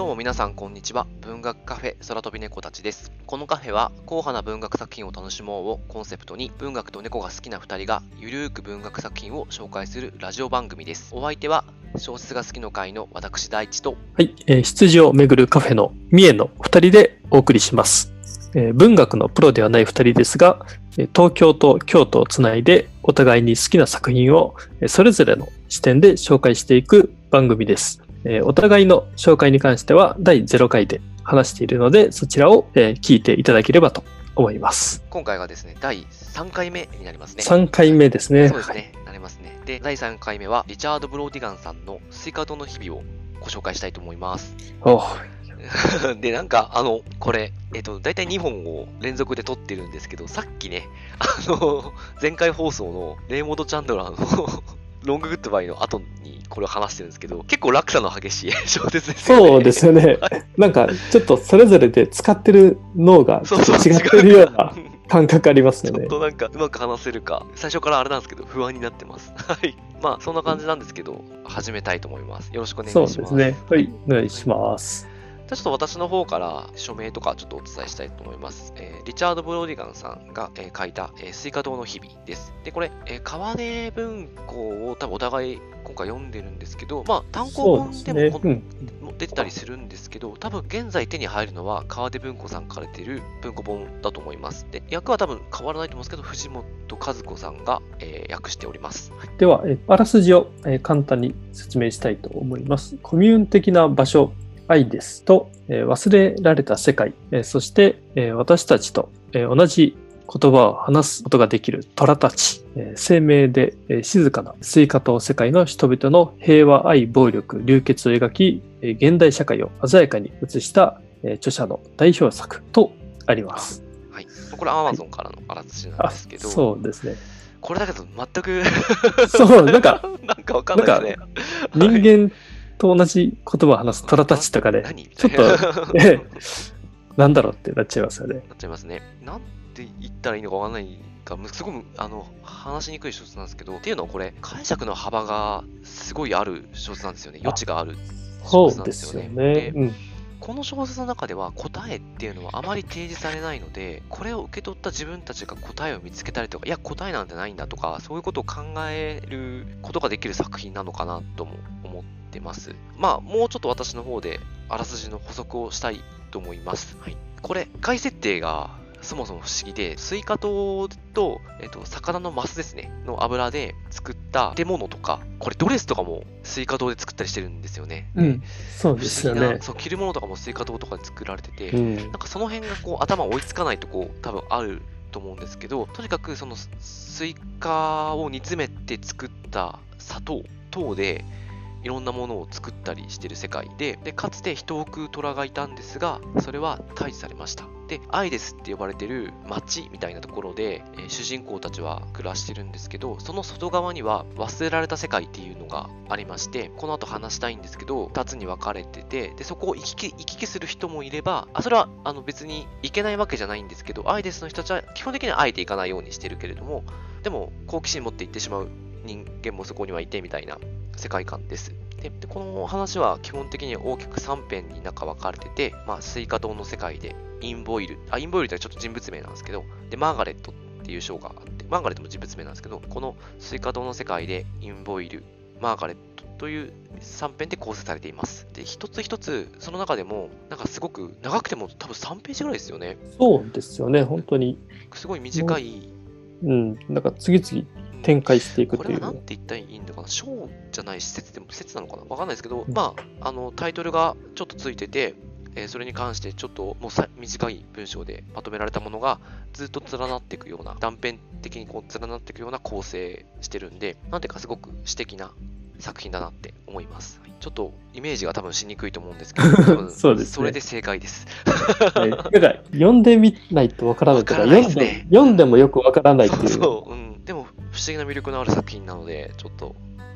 どうも皆さんこんにちは。文学カフェ空飛び猫たちです。このカフェは硬派な文学作品を楽しもうをコンセプトに文学と猫が好きな2人がゆるーく文学作品を紹介するラジオ番組です。お相手は小説が好きの会の私大地と、 はい、羊をめぐるカフェの三重の2人でお送りします。文学のプロではない2人ですが、東京と京都をつないでお互いに好きな作品をそれぞれの視点で紹介していく番組です。お互いの紹介に関しては第0回で話しているので、そちらを聞いていただければと思います。 今回がですね、第3回目になりますね。 3回目ですね。 そうですね、なりますね。で、第3回目はリチャード・ブローディガンさんのスイカ島の日々をご紹介したいと思います。で、なんか、これ、だいたい2本を連続で撮ってるんですけど、さっきね、前回放送のレイモンド・チャンドラーのロンググッドバイの後にこれを話してるんですけど、結構落差の激しい小説ですよね。 そうですよね。なんか、ちょっとそれぞれで使ってる脳がちょっと違ってるような感覚ありますよね。 ちょっとなんかうまく話せるか、最初からあれなんですけど、不安になってます。はい。まあ、そんな感じなんですけど、始めたいと思います。よろしくお願いします。 そうですね。はい、お願いします。 ちょっと私の方から署名とかちょっとお伝えしたいと思います。リチャード・ブローディガンさんが、書いた、スイカ島の日々です。で、これ、川根文庫を多分お互い今回読んでるんですけど、まあ単行本でも、出てたりするんですけど、多分現在手に入るのは川根文庫さんから出てる文庫本だと思います。で、役は多分変わらないと思うんですけど、藤本和子さんが、訳しております。 では、あらすじを、簡単に説明したいと思います。コミューン的な場所愛ですと、忘れられた世界、そして、私たちと、同じ言葉を話すことができる虎たち、生命で、静かなスイカ島世界の人々の平和愛暴力流血を描き、現代社会を鮮やかに映した、著者の代表作とあります。 はい、これ Amazon からのあらすじなんですけど、 そうですね。 これだけど全くそうなんかわかんないですね。 人間と同じ言葉を話す虎たちとかで、ちょっと、なんだろうってなっちゃいますよね。 なっちゃいますね。なんて言ったらいいのかわかんないか、すごく話しにくい小説なんですけど、っていうのはこれ、解釈の幅がすごいある小説なんですよね。余地がある小説なんですよね。 そうですよね。 この小説の中では答えっていうのはあまり提示されないので、これを受け取った自分たちが答えを見つけたりとか、いや答えなんてないんだとか、そういうことを考えることができる作品なのかなとも思ってます。まあもうちょっと私の方であらすじの補足をしたいと思います。はい、これ外設定がそもそも不思議で、スイカ島と、魚のマスですね、の油で作った建物とか、これドレスとかもスイカ島で作ったりしてるんですよね。 そうですよね。 そう、着るものとかもスイカ島とかで作られてて、なんかその辺がこう頭追いつかないとこ多分あると思うんですけど、とにかくそのスイカを煮詰めて作った砂糖等で、いろんなものを作ったりしている世界で、かつて人を食う虎がいたんですが、それは退治されました。で、アイデスって呼ばれてる町みたいなところで、主人公たちは暮らしてるんですけど、その外側には忘れられた世界っていうのがありまして、この後話したいんですけど、2つに分かれてて、でそこを行き来する人もいれば、それは別に行けないわけじゃないんですけど、アイデスの人たちは基本的にはあえて行かないようにしてるけれども、でも好奇心持って行ってしまう人間もそこにはいてみたいな世界観です。でこの話は基本的には大きく3編に分かれてて、スイカ島の世界でインボイルってちょっと人物名なんですけど、でマーガレットっていう章があって、マーガレットも人物名なんですけど、このスイカ島の世界でインボイル、マーガレットという3編で構成されています。で、一つ一つその中でもなんかすごく長くても多分3ページぐらいですよね。 そうですよね、本当に。 すごい短い。 なんか次々展開していくという。 これは何て言ったらいいんだかな、章じゃない施設なのかな、わかんないですけど、タイトルがちょっとついてて、それに関してちょっともう短い文章でまとめられたものがずっと連なっていくような、断片的にこう連なっていくような構成してるんで、なんていうかすごく詩的な作品だなって思います。ちょっとイメージが多分しにくいと思うんですけど、 そうですね、 それで正解です。 はい、なんか読んでみないとわからないとか、読んでもよくわからないっていう。 そう、でも不思議な魅力のある作品なので、ちょっと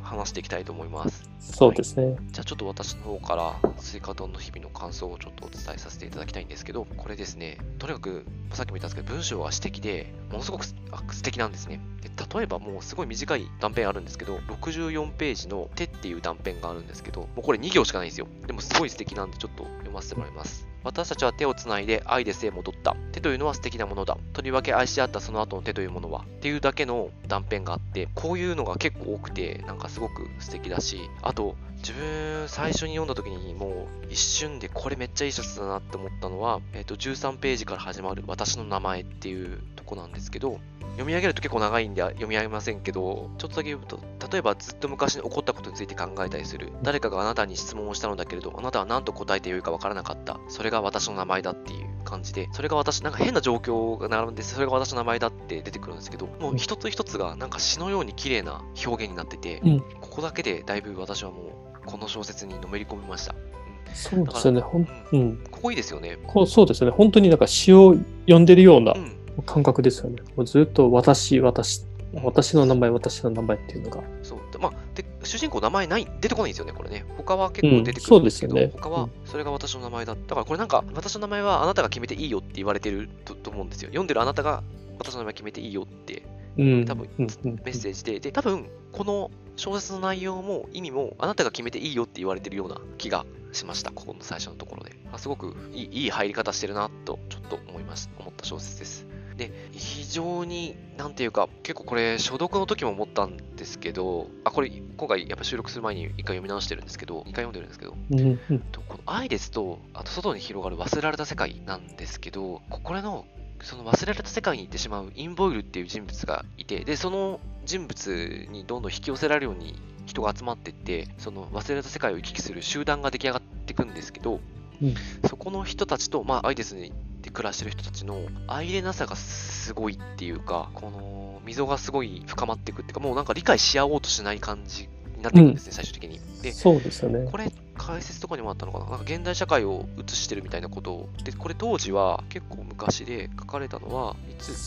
話していきたいと思います。 そうですね。 じゃあちょっと私の方からスイカ丼の日々の感想をちょっとお伝えさせていただきたいんですけど、これですね、とにかくさっきも言ったんですけど、文章が詩的でものすごく素敵なんですね。で、例えばもうすごい短い断片あるんですけど、64ページの手っていう断片があるんですけど、もうこれ2行しかないんですよ。でもすごい素敵なんでちょっと読ませてもらいます。私たちは手をつないで愛で生戻った。手というのは素敵なものだ。とりわけ愛し合ったその後の手というものは。っていうだけの断片があって、こういうのが結構多くて、なんかすごく素敵だし、あと、自分最初に読んだ時にもう一瞬でこれめっちゃいい小説だなって思ったのは、13ページから始まる私の名前っていうとこなんですけど、読み上げると結構長いんで読み上げませんけど、ちょっとだけ言うと、例えばずっと昔に起こったことについて考えたりする。誰かがあなたに質問をしたのだけれど、あなたは何と答えてよいかわからなかった。それが私の名前だっていう感じで、それが私、なんか変な状況が並んで、それが私の名前だって出てくるんですけど、もう一つ一つがなんか詩のように綺麗な表現になってて、ここだけでだいぶ私はもうこの小説にのめり込みました。 そうですよね。 ここいいですよね。 そうですよね。本当になんか詩を読んでるような感覚ですよね。もうずっと私の名前っていうのが。 そう。で、主人公名前出てこないんですよね、これね。他は結構出てくるんですけど、他はそれが私の名前だ。だからこれなんか、私の名前はあなたが決めていいよって言われてると思うんですよ。読んでるあなたが私の名前決めていいよって、多分メッセージで、多分この小説の内容も意味もあなたが決めていいよって言われてるような気がしました。ここの最初のところで。すごくいい入り方してるなとちょっと思った小説です。で、非常に、なんていうか、結構これ、初読の時も思ったんですけど、これ、今回やっぱ収録する前に一回読み直してるんですけど、2回読んでるんですけど、この愛ですと、あと外に広がる忘れられた世界なんですけど、これの、その忘れられた世界に行ってしまうインボイルっていう人物がいて、で、その人物にどんどん引き寄せられるように人が集まっていって、その忘れられた世界を行き来する集団が出来上がっていくんですけど、そこの人たちと、アイデスに暮らしてる人たちの愛れなさがすごいっていうか、この溝がすごい深まっていくっていうか、もうなんか理解し合おうとしない感じになっていくんですね、最終的に。で、 そうですよね。 これ解説とかにもあったのかな、なんか現代社会を映してるみたいなことを。で、これ当時は結構昔で書かれたのは、いつ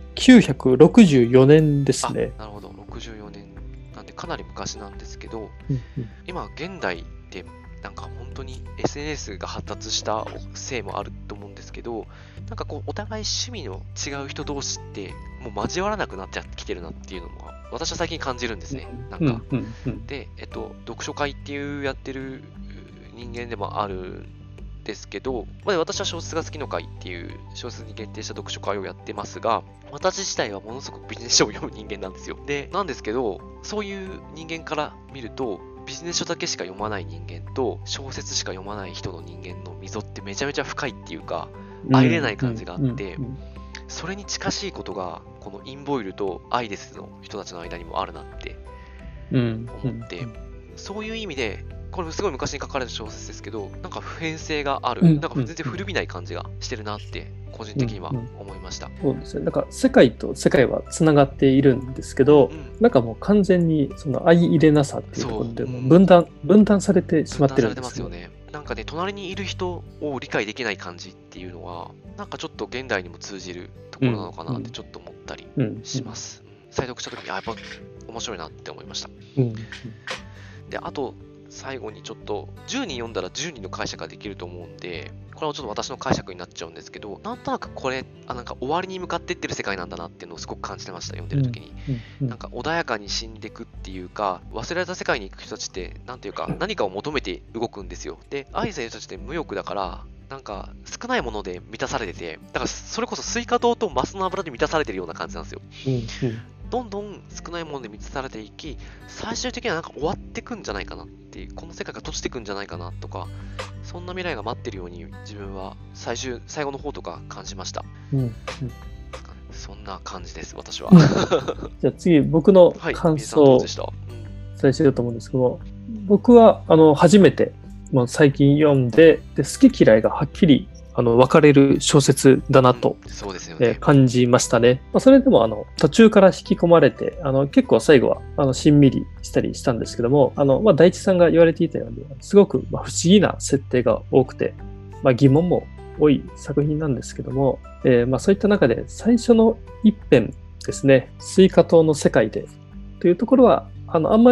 ?1964 年ですね。 なるほど、64年。なんでかなり昔なんですけど、今現代でなんか本当に SNS が発達したせいもあると思うんですけど、なんかこうお互い趣味の違う人同士ってもう交わらなくなっちゃってきてるなっていうのが私は最近感じるんですね。なんか、で、読書会っていうやってる人間でもあるんですけど、私は小説が好きの会っていう小説に限定した読書会をやってますが、私自体はものすごくビジネス書を読む人間なんですよ。なんですけど、そういう人間から見ると、ビジネス書だけしか読まない人間と小説しか読まない人の人間の溝ってめちゃめちゃ深いっていうか、入れない感じがあって、それに近しいことがこのインボイルとアイデスの人たちの間にもあるなって思って、そういう意味でこれすごい昔に書かれた小説ですけど、なんか普遍性がある、なんか全然古びない感じがしてるなって個人的には思いました。 そうですね。なんか世界と世界はつながっているんですけど、なんかもう完全にその相入れなさっていうところでも分断されてしまってるんですよね。 なんかね、隣にいる人を理解できない感じっていうのは、なんかちょっと現代にも通じるところなのかなってちょっと思ったりします。再読した時にやっぱ面白いなって思いました。で、あと最後にちょっと10人読んだら10人の解釈ができると思うんで、これはちょっと私の解釈になっちゃうんですけど、なんとなくこれなんか終わりに向かっていってる世界なんだなっていうのをすごく感じてました、読んでる時に。なんか穏やかに死んでいくっていうか、忘れられた世界に行く人たちってなんていうか何かを求めて動くんですよ。で、アイゼの人たちって無欲だから、なんか少ないもので満たされてて、だからそれこそスイカ糖とマスの油で満たされてるような感じなんですよ。どんどん少ないもので満たされていき、最終的にはなんか終わってくんじゃないかなっていう、この世界が閉じてくんじゃないかなとか、そんな未来が待ってるように自分は最後の方とか感じました。そんな感じです、私は。 じゃあ次、僕の感想を最初言おうと思うんですけども、僕は初めて、最近読んで、好き嫌いがはっきり分かれる小説だなと感じましたね。それでも途中から引き込まれて結構最後はしんみりしたりしたんですけども、大地さんが言われていたようにすごく不思議な設定が多くて、疑問も多い作品なんですけども、そういった中で最初の一編ですね、スイカ島の世界でというところはあんまり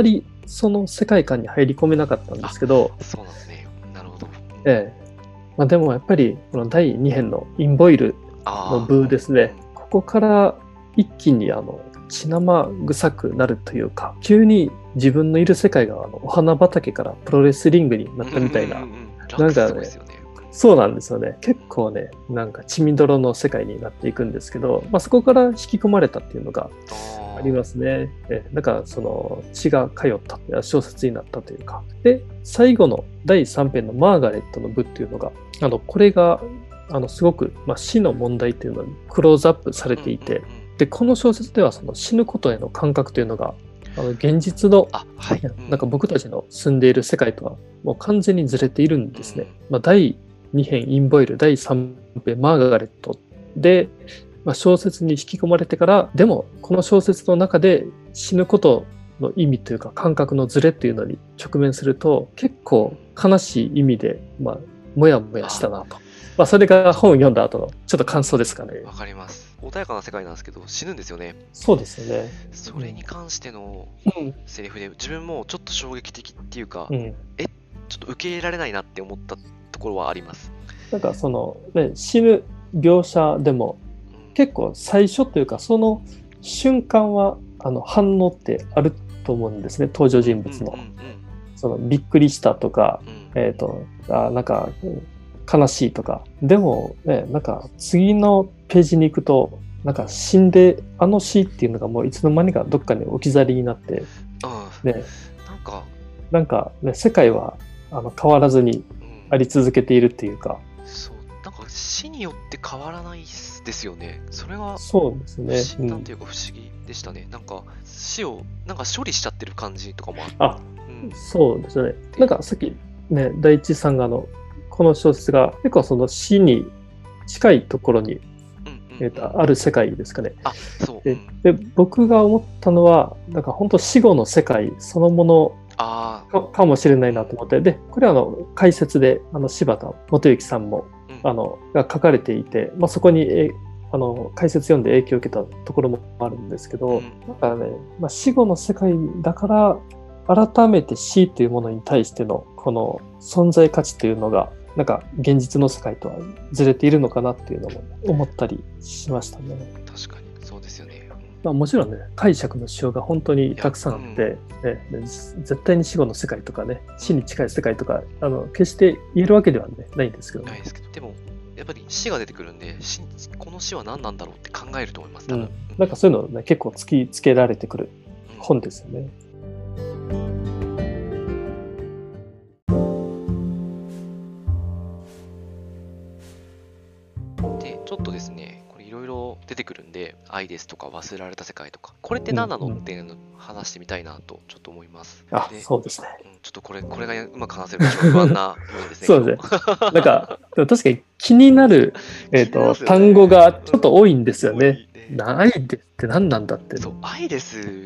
その世界観に入り込めなかったんですけど、 そうなんですね。なるほど。 ええ。まあ、でもやっぱりこの第2編のインボイルの部ですね、ここから一気に血生臭くなるというか、急に自分のいる世界がお花畑からプロレスリングになったみたいな、なんかね、そうなんですよね。結構ね、なんか血みどろの世界になっていくんですけど、まあ、そこから引き込まれたっていうのがありますね。なんかその血が通った小説になったというか。で、最後の第3編のマーガレットの部っていうのが、これがすごく、まあ、死の問題っていうのにクローズアップされていて、で、この小説ではその死ぬことへの感覚というのが、現実の、なんか僕たちの住んでいる世界とはもう完全にずれているんですね。まあ、第2編インボイル、第3編マーガレットで、まあ、小説に引き込まれてから、でもこの小説の中で死ぬことの意味というか感覚のずれっていうのに直面すると、結構悲しい意味で、まあ、もやもやしたなと。まあ、それが本を読んだ後のちょっと感想ですかね。 わかります。穏やかな世界なんですけど死ぬんですよね。 そうですよね。 それに関してのセリフで自分もちょっと衝撃的っていうか、ちょっと受け入れられないなって思ったところはあります。 なんかその、ね、死ぬ描写でも結構最初というかその瞬間は反応ってあると思うんですね、登場人物の。そのびっくりしたとか、なんか悲しいとか。でもね、なんか次のページに行くと、なんか死んで、死っていうのがもういつの間にかどっかに置き去りになって、ね、なんかね、世界は変わらずにあり続けているっていうか。 そう、なんか死によって変わらないですよね。それが、 そうですね。 なんていうか不思議でしたね。なんか死をなんか処理しちゃってる感じとかもあって。そうですね。なんかさっきね、大地さんがこの小説が結構その死に近いところに、ある世界ですかね。で、僕が思ったのは、なんか本当死後の世界そのものかもしれないなと思って、で、これは解説で柴田元幸さんもが書かれていて、まあ、そこに解説読んで影響を受けたところもあるんですけど、なんかね、まあ、死後の世界だから改めて死というものに対してのこの存在価値というのがなんか現実の世界とはずれているのかなっていうのも思ったりしましたね。 確かにそうですよね。 まあ、もちろんね、解釈のしようが本当にたくさんあって、絶対に死後の世界とかね、死に近い世界とか決して言えるわけでは、ないんですけどね。 ないですけど、でもやっぱり死が出てくるんで、この死は何なんだろうって考えると思います。 なんかそういうのをね、結構突きつけられてくる本ですよね。 で、ちょっとですね、これいろいろ出てくるんで、愛ですとか忘れられた世界とか、これって何なのっていうのを話してみたいなとちょっと思います。 そうですね。 ちょっとこれがうまく話せるか不安な部分ですね。 そうですね。なんか確かに気になる単語がちょっと多いんですよね。愛ですって何なんだって。 そう、愛です。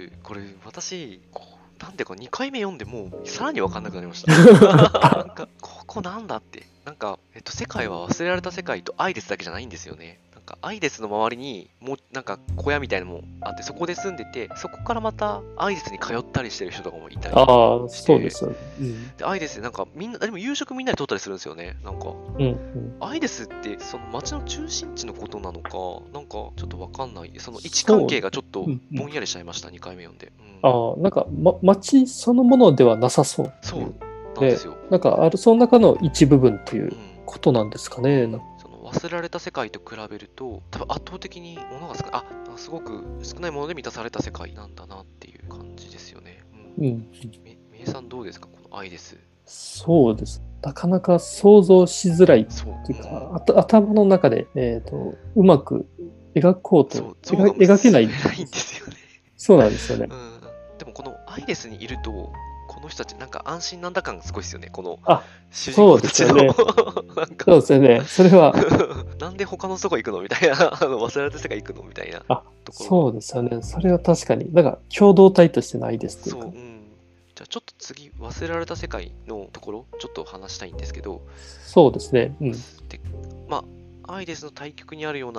これ私なんでか2回目読んでもうさらに分かんなくなりました。なんかここなんだって。なんか、世界は忘れられた世界と愛ですだけじゃないんですよね。なんか愛ですの周りにもうなんか小屋みたいなのもあって、そこで住んでて、そこからまた愛ですに通ったりしてる人とかもいたりして。 そうですよね。 で愛ですなんかみんなでも夕食みんなで取ったりするんですよね。なんか、愛ですってその街の中心地のことなのか、なんかちょっと分かんない。その位置関係がちょっとぼんやりしちゃいました、2回目読んで。 なんか、街そのものではなさそう。 そうなんですよ。 なんかその中の一部分ということなんですかね。 その忘れられた世界と比べると、多分圧倒的に物がすごく少ないもので満たされた世界なんだなっていう感じですよね。みえさんどうですか、この愛です。 そうです。なかなか想像しづらいっていうか、頭の中で、うまく描こうと描けないんですよね。 そうなんですよね。 でもこの愛ですにいると、この人たちなんか安心なんだ感がすごいですよね。この主人公たちの。そうですよね。それは。 なんで他のとこ行くのみたいな、忘れられた世界行くのみたいなところ。 そうですよね。それは確かに。なんか共同体としての愛ですっていうか。 じゃあちょっと次、忘れられた世界のところ、ちょっと話したいんですけど。 そうですね。 で、まあ、愛ですの対極にあるようなと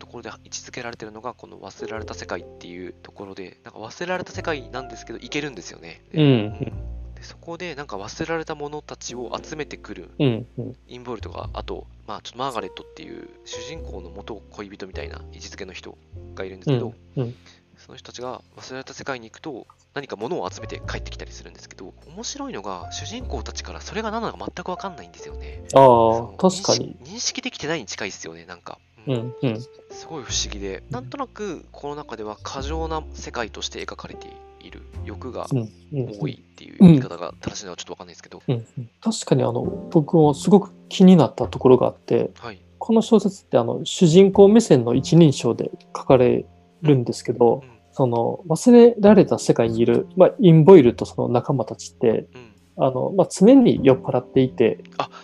ところで位置づけられてるのがこの忘れられた世界っていうところで、なんか忘れられた世界なんですけど行けるんですよね。でそこでなんか忘れられた者たちを集めてくるインボイルとか、あと、ちょっとマーガレットっていう主人公の元恋人みたいな位置づけの人がいるんですけど、その人たちが忘れられた世界に行くと何か物を集めて帰ってきたりするんですけど、面白いのが主人公たちからそれが何なのか全く分かんないんですよね。 確かに認識できてないに近いですよね、なんか。すごい不思議で、なんとなくこの中では過剰な世界として描かれている、欲が多いっていう言い方が正しいのはちょっと分かんないですけど、 確かに僕もすごく気になったところがあって、この小説って主人公目線の一人称で書かれるんですけど、その忘れられた世界にいる、インボイルとその仲間たちって、常に酔っ払っていて、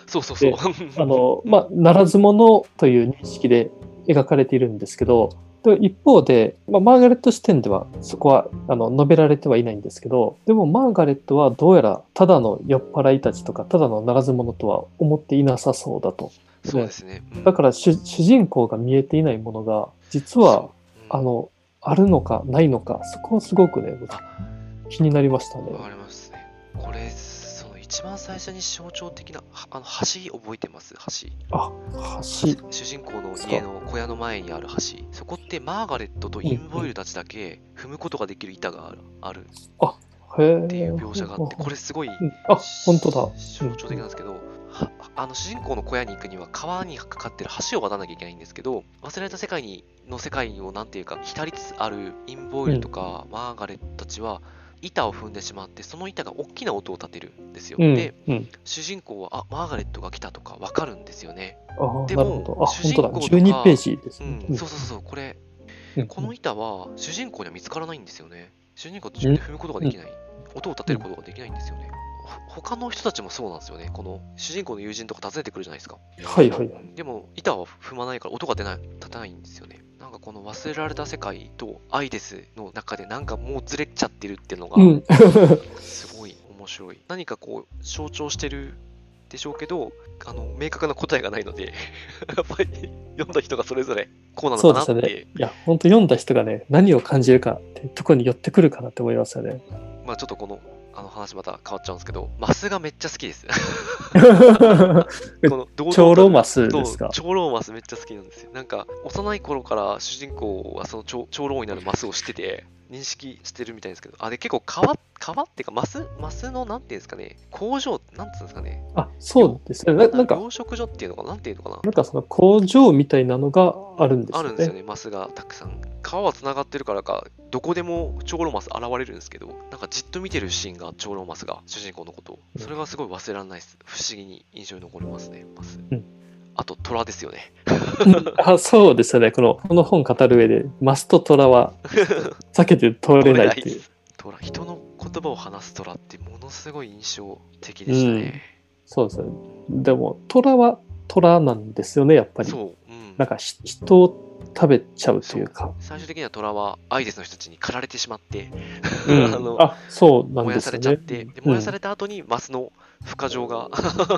ならず者という認識で描かれているんですけど、一方で、マーガレット視点ではそこは述べられてはいないんですけど、でもマーガレットはどうやらただの酔っ払いたちとかただのならず者とは思っていなさそうだと。 そうですね。 だから主人公が見えていないものが実はあるのかないのか、そこはすごくね気になりましたね。 わかりますね。これ一番最初に象徴的な橋覚えてます？橋。 橋。 主人公の家の小屋の前にある橋。そこってマーガレットとインボイルたちだけ踏むことができる板があるっていう描写があって、これすごい本当だ象徴的なんですけど、主人公の小屋に行くには川にかかってる橋を渡らなきゃいけないんですけど、忘れられた世界をなんていうか浸りつつあるインボイルとかマーガレットたちは板を踏んでしまって、その板が大きな音を立てるんですよ。で、主人公はマーガレットが来たとか分かるんですよね。でも主人公とか 12ページですね。 そうこの板は主人公には見つからないんですよね。主人公と自分で踏むことができない、音を立てることができないんですよね。他の人たちもそうなんですよね。この主人公の友人とか訪ねてくるじゃないですか。でも板は踏まないから音が立たないんですよね。なんかこの忘れられた世界とアイデスの中でなんかもうずれちゃってるっていうのがすごい面白い。何かこう象徴してるでしょうけど、明確な答えがないのでやっぱり読んだ人がそれぞれこうなのかなって。 そうですね。いや本当読んだ人がね何を感じるかってところに寄ってくるかなって思いますよね。 ちょっとこの話また変わっちゃうんですけど、マスがめっちゃ好きです。この長老マスですか？ 長老マスめっちゃ好きなんですよ。なんか幼い頃から主人公はその長老になるマスを知ってて認識してるみたいですけど、で結構川っていうかマスのなんていうんですかね、工場なんていうんですかね。 そうですね。なんか養殖所っていうのかな、なんていうのかな。 なんかその工場みたいなのがあるんですよね。 あるんですよね。マスがたくさん。川はつながってるからか、どこでも長老マス現れるんですけど、なんかじっと見てるシーンが長老マスが主人公のことを、それがすごい忘れられないです。不思議に印象に残りますね、マス。あと虎ですよね。 そうですよね。この本語る上でマスと虎は避けて通れないっていう。 人の言葉を話す虎ってものすごい印象的でしたね。 そうですね。でも虎は虎なんですよね、やっぱり。なんか人を食べちゃうというか。 最終的には虎はアイデスの人たちに狩られてしまって、 そうなんですよね。 燃やされちゃって、燃やされた後にマスの孵化場が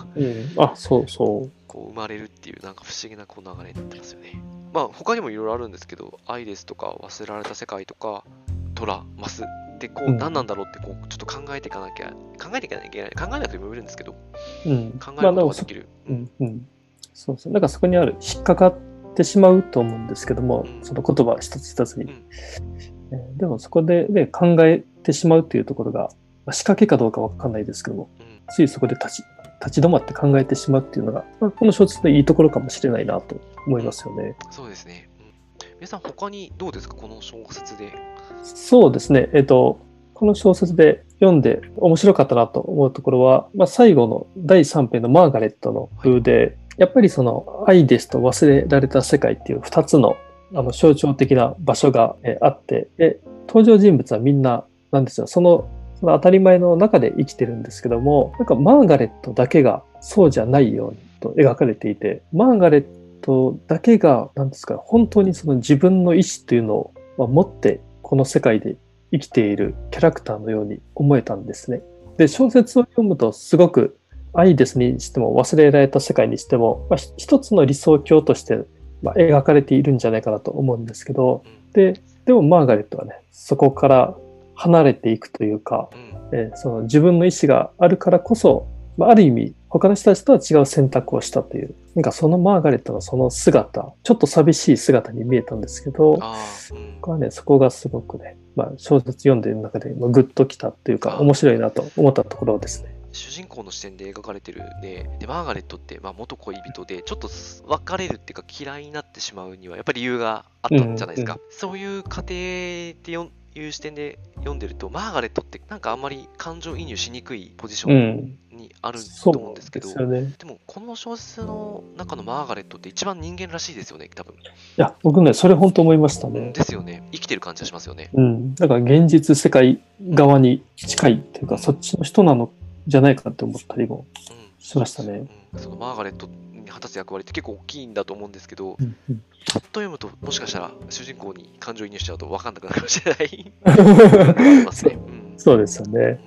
こう生まれるっていう、なんか不思議なこう流れになってますよね。他にもいろいろあるんですけど、アイデスとか忘れられた世界とか虎、マスってこう何なんだろうってこうちょっと考えていかなきゃいけない。考えなくても読めるんですけど、考えることができる。 そうそう。なんかそこにある引っかかってしまうと思うんですけども、その言葉一つ一つに。でもそこで、考えてしまうっていうところが、仕掛けかどうかわかんないですけども、ついそこで立ち止まって考えてしまうっていうのが、この小説のいいところかもしれないなと思いますよね。 そうですね。皆さん他にどうですか、この小説で。 そうですね。この小説で読んで面白かったなと思うところは、最後の第3編のマーガレットの風で、やっぱりそのアイデスと忘れられた世界っていう2つの象徴的な場所があって、登場人物はみんななんですよ、その当たり前の中で生きてるんですけども、なんかマーガレットだけがそうじゃないようにと描かれていて、マーガレットだけが何ですか、本当にその自分の意志というのを持ってこの世界で生きているキャラクターのように思えたんですね。で、小説を読むとすごくアイデスにしても忘れられた世界にしても、一つの理想郷として描かれているんじゃないかなと思うんですけど、 うんでもマーガレットはね、そこから離れていくというか、その自分の意思があるからこそ、ある意味他の人たちとは違う選択をしたという、なんかそのマーガレットのその姿、ちょっと寂しい姿に見えたんですけど、僕はね、そこがすごくね、小説読んでいる中でグッときたというか、面白いなと思ったところですね。 主人公の視点で描かれてるでマーガレットって、元恋人でちょっと別れるっていうか嫌いになってしまうにはやっぱり理由があったんじゃないですか。そういう過程でいう視点で読んでると、マーガレットってなんかあんまり感情移入しにくいポジションにあると思うんですけど、でもこの小説の中のマーガレットって一番人間らしいですよね、多分。いや、僕ね、それ本当思いましたね。 ですよね。生きてる感じがしますよね。 だから現実世界側に近いというか、そっちの人なのじゃないかって思ったりもしましたね。 そのマーガレットに果たす役割って結構大きいんだと思うんですけど、パッと読むともしかしたら主人公に感情移入しちゃうと分かんなくなるかもしれないますね。 そうですよね。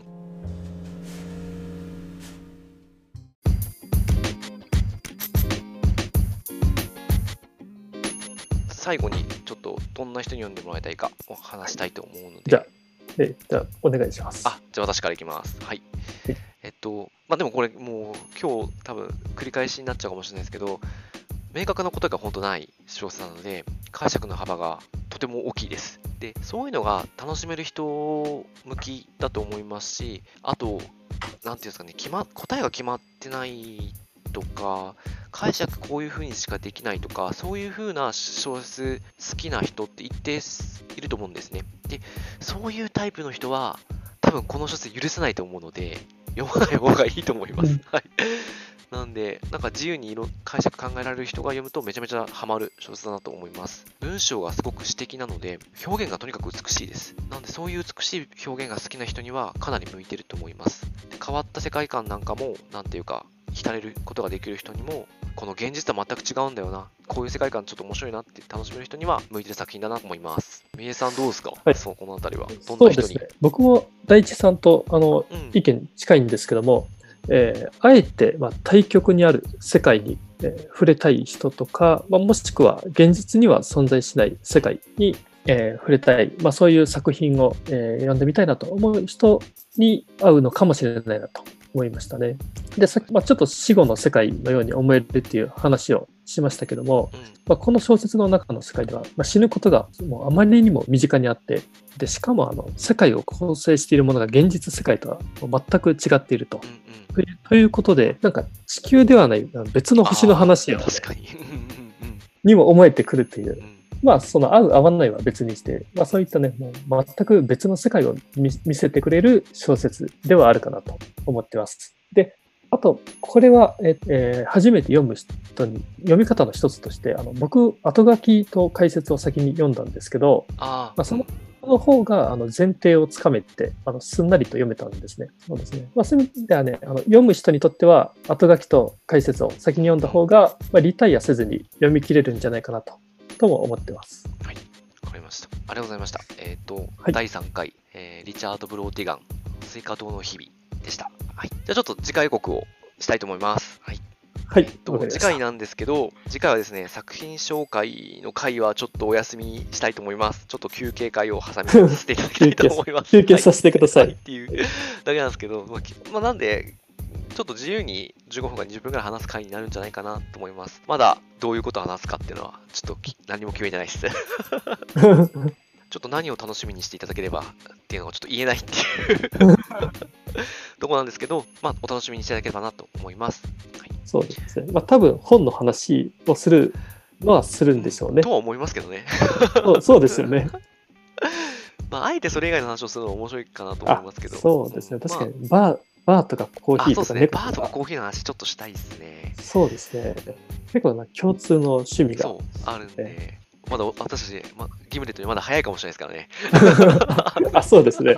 最後にちょっとどんな人に読んでもらいたいかを話したいと思うので。 じゃあお願いします。 じゃあ私からいきます。はい。でもこれもう今日多分繰り返しになっちゃうかもしれないですけど、明確な答えが本当ない小説なので、解釈の幅がとても大きいです。で、そういうのが楽しめる人向きだと思いますし、あと、なんていうんですかね、答えが決まってないとか、解釈こういう風にしかできないとか、そういう風な小説好きな人って一定いると思うんですね。で、そういうタイプの人は、多分この小説許せないと思うので、読まない方がいいと思います。はい。なんで、なんか自由に解釈考えられる人が読むとめちゃめちゃハマる小説だなと思います。文章がすごく詩的なので、表現がとにかく美しいです。なんでそういう美しい表現が好きな人にはかなり向いてると思います。で、変わった世界観なんかも、なんていうか、浸れることができる人にも、この現実とは全く違うんだよな、こういう世界観ちょっと面白いなって楽しめる人には向いてる作品だなと思います。三重さんどうですか？はい、このあたりはどんな人に？そうですね、 僕も大地さんと意見近いんですけども、あえて対極にある世界に、触れたい人とか、もしくは現実には存在しない世界に、触れたい、そういう作品を、読んでみたいなと思う人に合うのかもしれないなと思いましたね。で、さっき、ちょっと死後の世界のように思えるっていう話をしましたけども、この小説の中の世界では、死ぬことがもうあまりにも身近にあって、でしかも世界を構成しているものが現実世界とは全く違っていると。ということで、なんか地球ではない別の星の話をにも思えてくるという。その合う合わないは別にして、そういったね、もう全く別の世界を見せてくれる小説ではあるかなと思ってます。で、あと、これは、初めて読む人に、読み方の一つとして、僕、後書きと解説を先に読んだんですけど、その方が前提をつかめてすんなりと読めたんですね。そうですね。そういう意味ではね、読む人にとっては、後書きと解説を先に読んだ方が、リタイアせずに読み切れるんじゃないかなとも思ってます。 はい、わかりました。ありがとうございました。第3回、リチャード・ブローティガン、スイカ島の日々でした。はい。じゃあちょっと次回予告をしたいと思います。はい。 はい。 次回なんですけど、次回はですね、作品紹介の回はちょっとお休みしたいと思います。ちょっと休憩会を挟みさせていただきたいと思います。 休憩させてください。 っていうだけなんですけど、なんで、ちょっと自由に15分から20分ぐらい話す回になるんじゃないかなと思います。まだどういうことを話すかっていうのは、ちょっと何も決めてないです。ちょっと何を楽しみにしていただければっていうのをちょっと言えないっていうとこなんですけど、お楽しみにしていただければなと思います。はい、 そうですね。多分本の話をするのはするんでしょうね。 とは思いますけどね。 そうですよね。 あえてそれ以外の話をするのは面白いかなと思いますけど。 そうですね。確かにバーとかコーヒーとかそうですね。バーとかコーヒーの話ちょっとしたいですね。 そうですね。結構共通の趣味が。 あるんで。まだ私たち、ギムレットにまだ早いかもしれないですからね。 そうですね。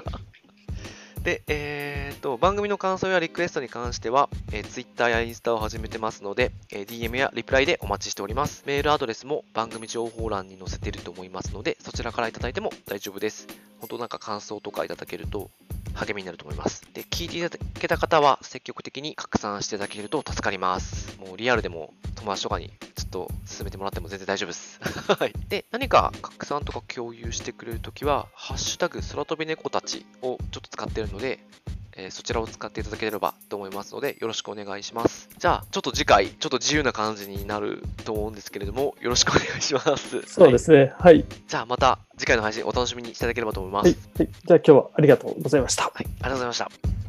で、番組の感想やリクエストに関しては、Twitter やインスタを始めてますので、DM やリプライでお待ちしております。メールアドレスも番組情報欄に載せていると思いますので、そちらからいただいても大丈夫です。本当なんか感想とかいただけると励みになると思います。で、聞いていただけた方は積極的に拡散していただけると助かります。もうリアルでも友達とかにちょっと進めてもらっても全然大丈夫です。はい。で、何か拡散とか共有してくれるときは、ハッシュタグ空飛び猫たちをちょっと使っているので、そちらを使っていただければと思いますので、よろしくお願いします。じゃあ、ちょっと次回、ちょっと自由な感じになると思うんですけれども、よろしくお願いします。 そうですね。はい。 じゃあ、また次回の配信お楽しみにいただければと思います。 はい。じゃあ今日はありがとうございました。 はい、ありがとうございました。